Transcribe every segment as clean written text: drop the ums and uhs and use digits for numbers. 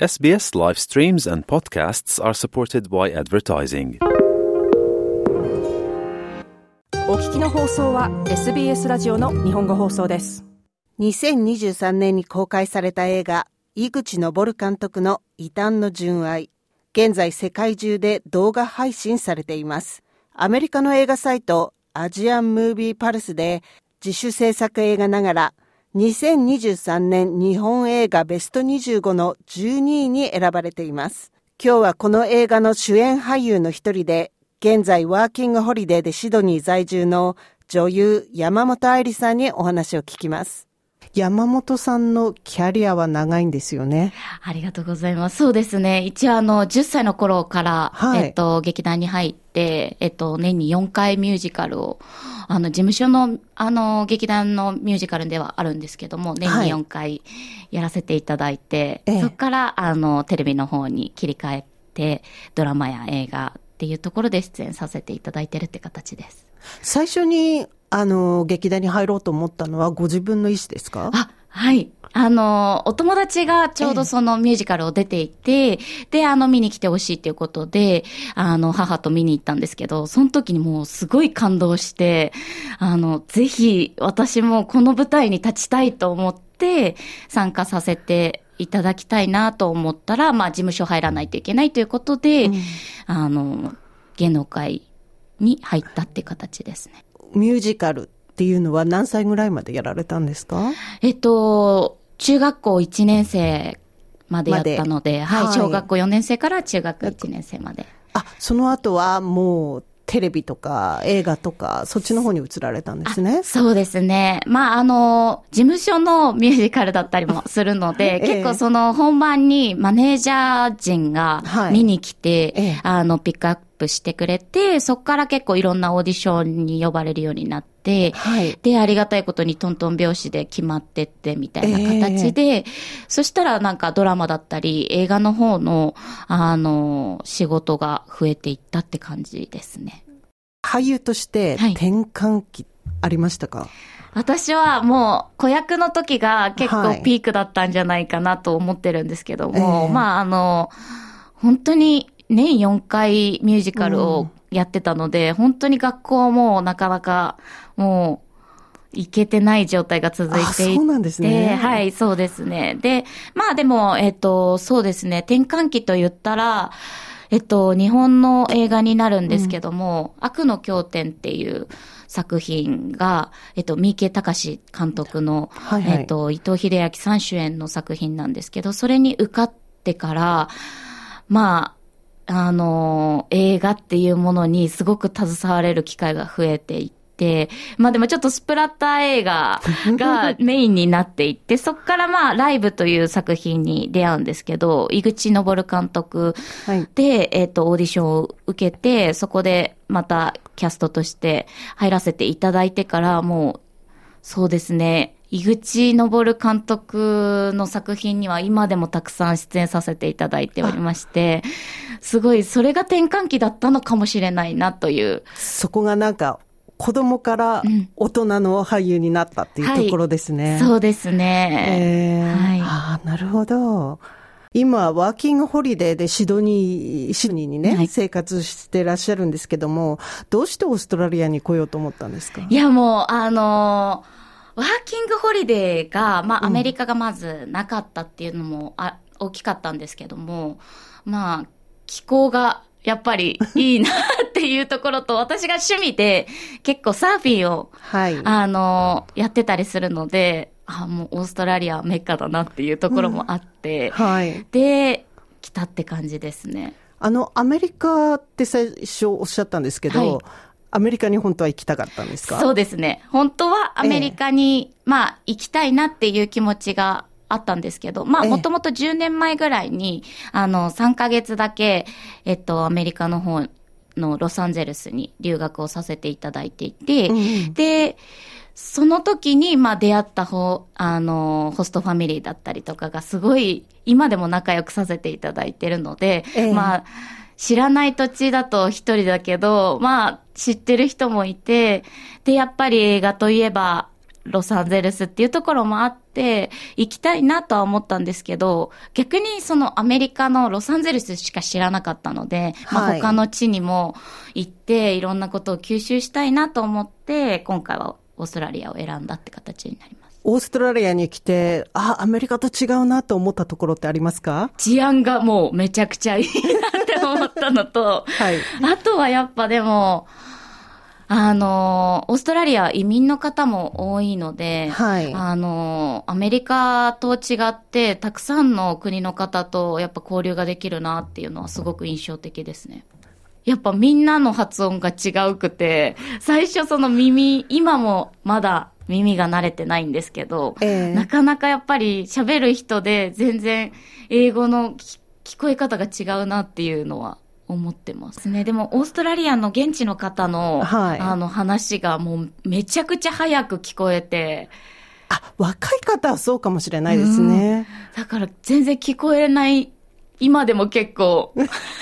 SBS live streams and podcasts are supported by advertising. お聞きの放送は SBS ラジオの日本語放送です。 2023年に公開された映画、井口昇監督の異端の純愛。現在世界中で動画配信されています。アメリカの映画サイトアジアンムービーパルスで自主制作映画ながら2023年日本映画ベスト25の12位に選ばれています。今日はこの映画の主演俳優の一人で、現在ワーキングホリデーでシドニー在住の女優山本愛理さんにお話を聞きます。山本さんのキャリアは長いんですよね。 ありがとうございます。そうですね。一応10歳の頃から、劇団に入って、年に4回ミュージカルを、事務所の、劇団のミュージカルではあるんですけども、年に4回やらせていただいて、そこから、テレビの方に切り替えて、ドラマや映画っていうところで出演させていただいてるって形です。 最初に、劇団に入ろうと思ったのはご自分の意思ですか？ はい。お友達がちょうどそのミュージカルを出ていて、で、見に来てほしいっていうことで、母と見に行ったんですけど、その時にもうすごい感動して、ぜひ私もこの舞台に立ちたいと思って参加させていただきたいなと思ったら、事務所入らないといけないということで、芸能界に入ったって形ですね。 ミュージカルっていうのは何歳ぐらいまでやられたんですか？ 中学校1年生までやったので、小学校4年生から中学1年生まで。 その後はもうテレビとか映画とかそっちの方に移られたんですね。 そうですね。事務所のミュージカルだったりもするので、結構その本番にマネージャー陣が見に来て、ピックアップしてくれて、そこから結構いろんなオーディションに呼ばれるようになって、で、ありがたいことにトントン拍子で決まってってみたいな形で、そしたらなんかドラマだったり映画の方の、仕事が増えていったって感じですね。 俳優として転換期ありましたか？ 私はもう子役の時が結構ピークだったんじゃないかなと思ってるんですけども、本当に年4回ミュージカルをやってたので、本当に学校もなかなかもう行けてない状態が続いていて。 そうなんですね。 はい、そうですね。で、でも、そうですね、転換期と言ったら、日本の映画になるんですけども、悪の経典っていう作品が、三池隆監督の、伊藤英明さん主演の作品なんですけど、それに受かってから、映画っていうものにすごく携われる機会が増えていって、でもちょっとスプラッター映画がメインになっていって、そこからライブという作品に出会うんですけど、井口昇監督で、オーディションを受けて、そこでまたキャストとして入らせていただいてから、もう、そうですね、井口昇監督の作品には今でもたくさん出演させていただいておりまして、すごいそれが転換期だったのかもしれないなという。 そこがなんか子供から大人の俳優になったっていうところですね。 そうですね。 なるほど。今ワーキングホリデーでシドニーにね、生活してらっしゃるんですけども、どうしてオーストラリアに来ようと思ったんですか？ いやもうワーキングホリデーが、アメリカがまずなかったっていうのも大きかったんですけども、気候がやっぱりいいなっていうところと、私が趣味で結構サーフィンを、やってたりするので、もうオーストラリアはメッカだなっていうところもあって、で、来たって感じですね。 アメリカって最初おっしゃったんですけど、アメリカに本当は行きたかったんですか？ そうですね。本当はアメリカに、行きたいなっていう気持ちがあったんですけど、もともと10年前ぐらいに、3ヶ月だけ、アメリカの方のロサンゼルスに留学をさせていただいていて、で、その時に、出会ったホストファミリーだったりとかがすごい、今でも仲良くさせていただいてるので、知らない土地だと一人だけど、知ってる人もいて、で、やっぱり映画といえば、 ロサンゼルスっていうところもあって、行きたいなとは思ったんですけど、逆にそのアメリカのロサンゼルスしか知らなかったので、 はい、 他の地にも行って、いろんなことを吸収したいなと思って、今回はオーストラリアを選んだって形になります。 オーストラリアに来て、アメリカと違うなと思ったところってありますか？ 治安がもうめちゃくちゃいいなって思ったのと、 はい、 あとはやっぱでも、オーストラリア移民の方も多いので、 はい、 アメリカと違ってたくさんの国の方とやっぱ交流ができるなっていうのはすごく印象的ですね。やっぱみんなの発音が違うくて、最初その今もまだ耳が慣れてないんですけど、なかなかやっぱり喋る人で全然英語の聞こえ方が違うなっていうのは思ってますね。でもオーストラリアの現地の方の、はい、話がもうめちゃくちゃ早く聞こえて、 若い方はそうかもしれないですね。 だから全然聞こえない今でも結構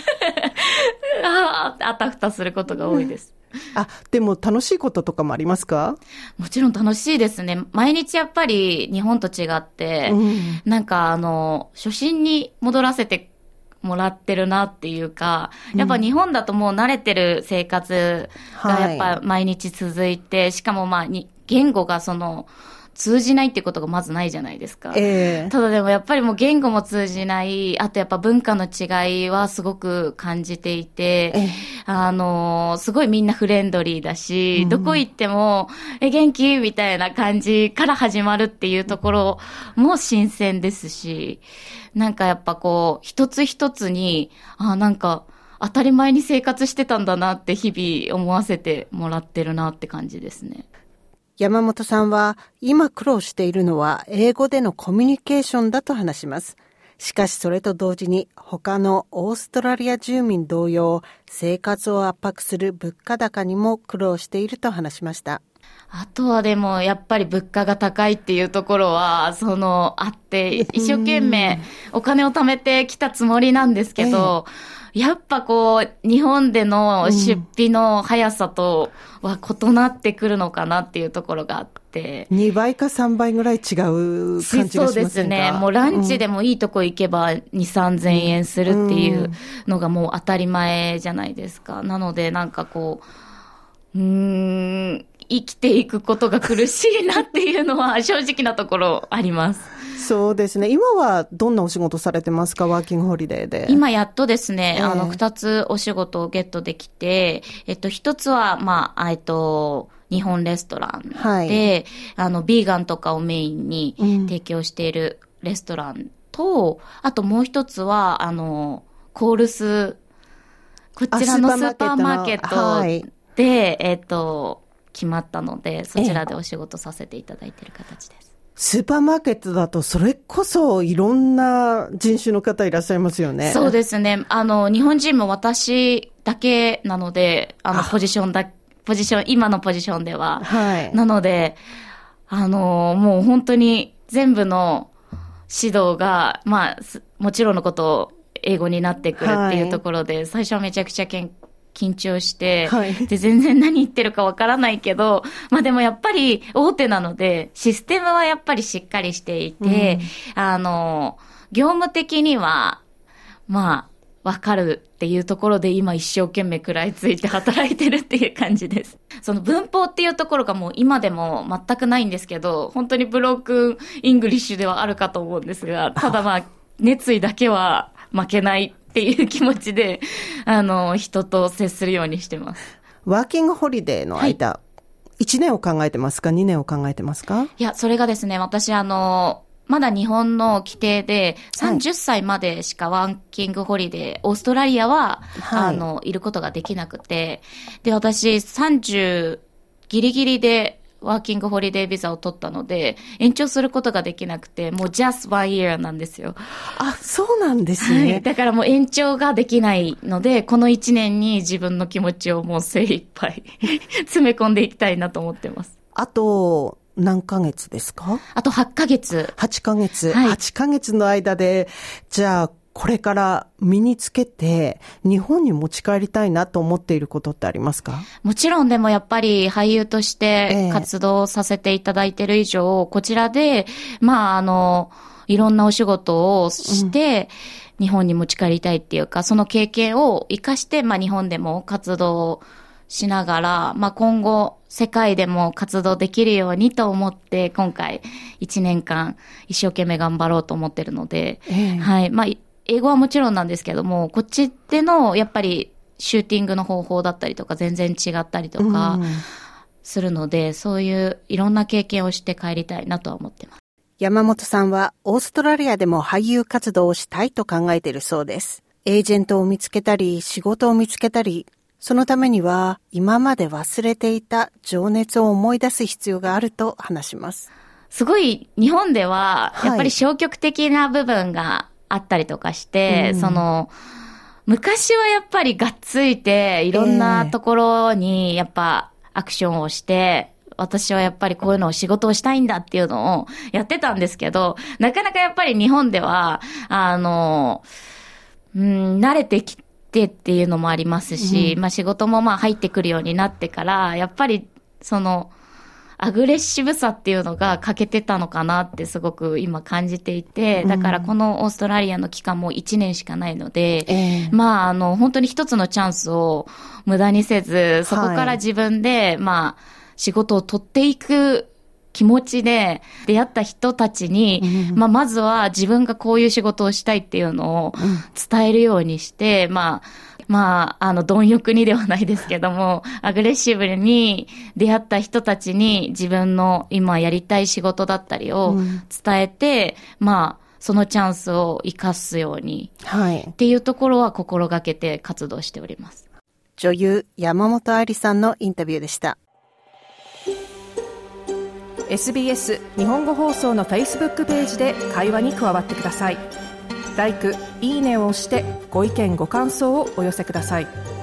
あたふたすることが多いです。 でも楽しいこととかもありますか？ もちろん楽しいですね。毎日やっぱり日本と違って、なんか初心に戻らせてもらってるなっていうか、やっぱ日本だともう慣れてる生活がやっぱ毎日続いて、しかも言語が通じないっていうことがまずないじゃないですか。ただでもやっぱりもう言語も通じない、あとやっぱ文化の違いはすごく感じていて、すごいみんなフレンドリーだし、どこ行っても、元気みたいな感じから始まるっていうところも新鮮ですし、なんかやっぱこう、一つ一つに、なんか当たり前に生活してたんだなって日々思わせてもらってるなって感じですね。 山本さんは今苦労しているのは英語でのコミュニケーションだと話します。しかしそれと同時に他のオーストラリア住民同様、生活を圧迫する物価高にも苦労していると話しました。 あとはでもやっぱり物価が高いっていうところはあって一生懸命お金を貯めてきたつもりなんですけど、やっぱこう日本での出費の速さとは異なってくるのかなっていうところがあって、 2倍か3倍ぐらい違う感じがしませんか？ そうですね。もうランチでもいいとこ行けば2、3000円するっていうのがもう当たり前じゃないですか。なのでなんかこう生きていくことが苦しいなっていうのは正直なところあります。 そうですね。今はどんなお仕事されてますか？ワーキングホリデーで。 今やっとですね、2つお仕事をゲットできて、1つは、日本レストランで、はい、ビーガンとかをメインに提供しているレストランと、あともう一つは、コールス、こちらのスーパーマーケットで、決まったので、そちらでお仕事させていただいている形です。 スーパーマーケットだとそれこそいろんな人種の方いらっしゃいますよね。 そうですね。日本人も私だけなので、今のポジションでは。はい。なので、もう本当に全部の指導が、もちろんのことを英語になってくるっていうところで、最初はめちゃくちゃ緊張して、はい、で、全然何言ってるかわからないけど、でもやっぱり大手なので、システムはやっぱりしっかりしていて、業務的には、わかるっていうところで今一生懸命食らいついて働いてるっていう感じです。その文法っていうところがもう今でも全くないんですけど、本当にブロークンイングリッシュではあるかと思うんですが、ただ熱意だけは負けないっていう気持ちで、人と接するようにしてます。 ワーキングホリデーの間、はい、1年を考えてますか？ 2 年を考えてますか？ いや、それがですね、私まだ日本の規定で30歳までしかワーキングホリデー、オーストラリアは、はい、いることができなくて、で、私30ギリギリでワーキングホリデービザを取ったので、延長することができなくて、もう just one year なんですよ。 そうなんですね。 はい。だからもう延長ができないので、この1年に自分の気持ちをもう精一杯詰め込んでいきたいなと思ってます。 あと、何ヶ月ですか？ あと8ヶ月。 8ヶ月。 はい、 8ヶ月の間で、じゃあ、 これから身につけて日本に持ち帰りたいなと思っていることってありますか？ もちろん、でもやっぱり俳優として活動させていただいている以上、こちらで、いろんなお仕事をして、日本に持ち帰りたいっていうか、その経験を活かして、日本でも活動しながら、今後、世界でも活動できるようにと思って、今回、1年間、一生懸命頑張ろうと思ってるので、はい。英語はもちろんなんですけども、こっちでの、やっぱり、シューティングの方法だったりとか、全然違ったりとか、するので、そういういろんな経験をして帰りたいなとは思ってます。 山本さんはオーストラリアでも俳優活動をしたいと考えているそうです。エージェントを見つけたり、仕事を見つけたり、そのためには今まで忘れていた情熱を思い出す必要があると話します。 すごい日本ではやっぱり消極的な部分があったりとかして、昔はやっぱりがっついていろんなところにやっぱアクションをして、私はやっぱりこういうのを仕事をしたいんだっていうのをやってたんですけど、なかなかやっぱり日本では、慣れてきてっていうのもありますし、仕事も入ってくるようになってから、やっぱりアグレッシブさっていうのが欠けてたのかなってすごく今感じていて、だからこのオーストラリアの期間も1年しかないので、本当に一つのチャンスを無駄にせず、そこから自分で、仕事を取っていく気持ちで出会った人たちに、まずは自分がこういう仕事をしたいっていうのを伝えるようにして、貪欲にではないですけども、アグレッシブに出会った人たちに自分の今やりたい仕事だったりを伝えて、そのチャンスを生かすように、っていうところは心がけて活動しております。 女優山本愛理さんのインタビューでした。 SBS 日本語放送の Facebook ページで会話に加わってください。LIKE、いいねを押してご意見ご感想をお寄せください。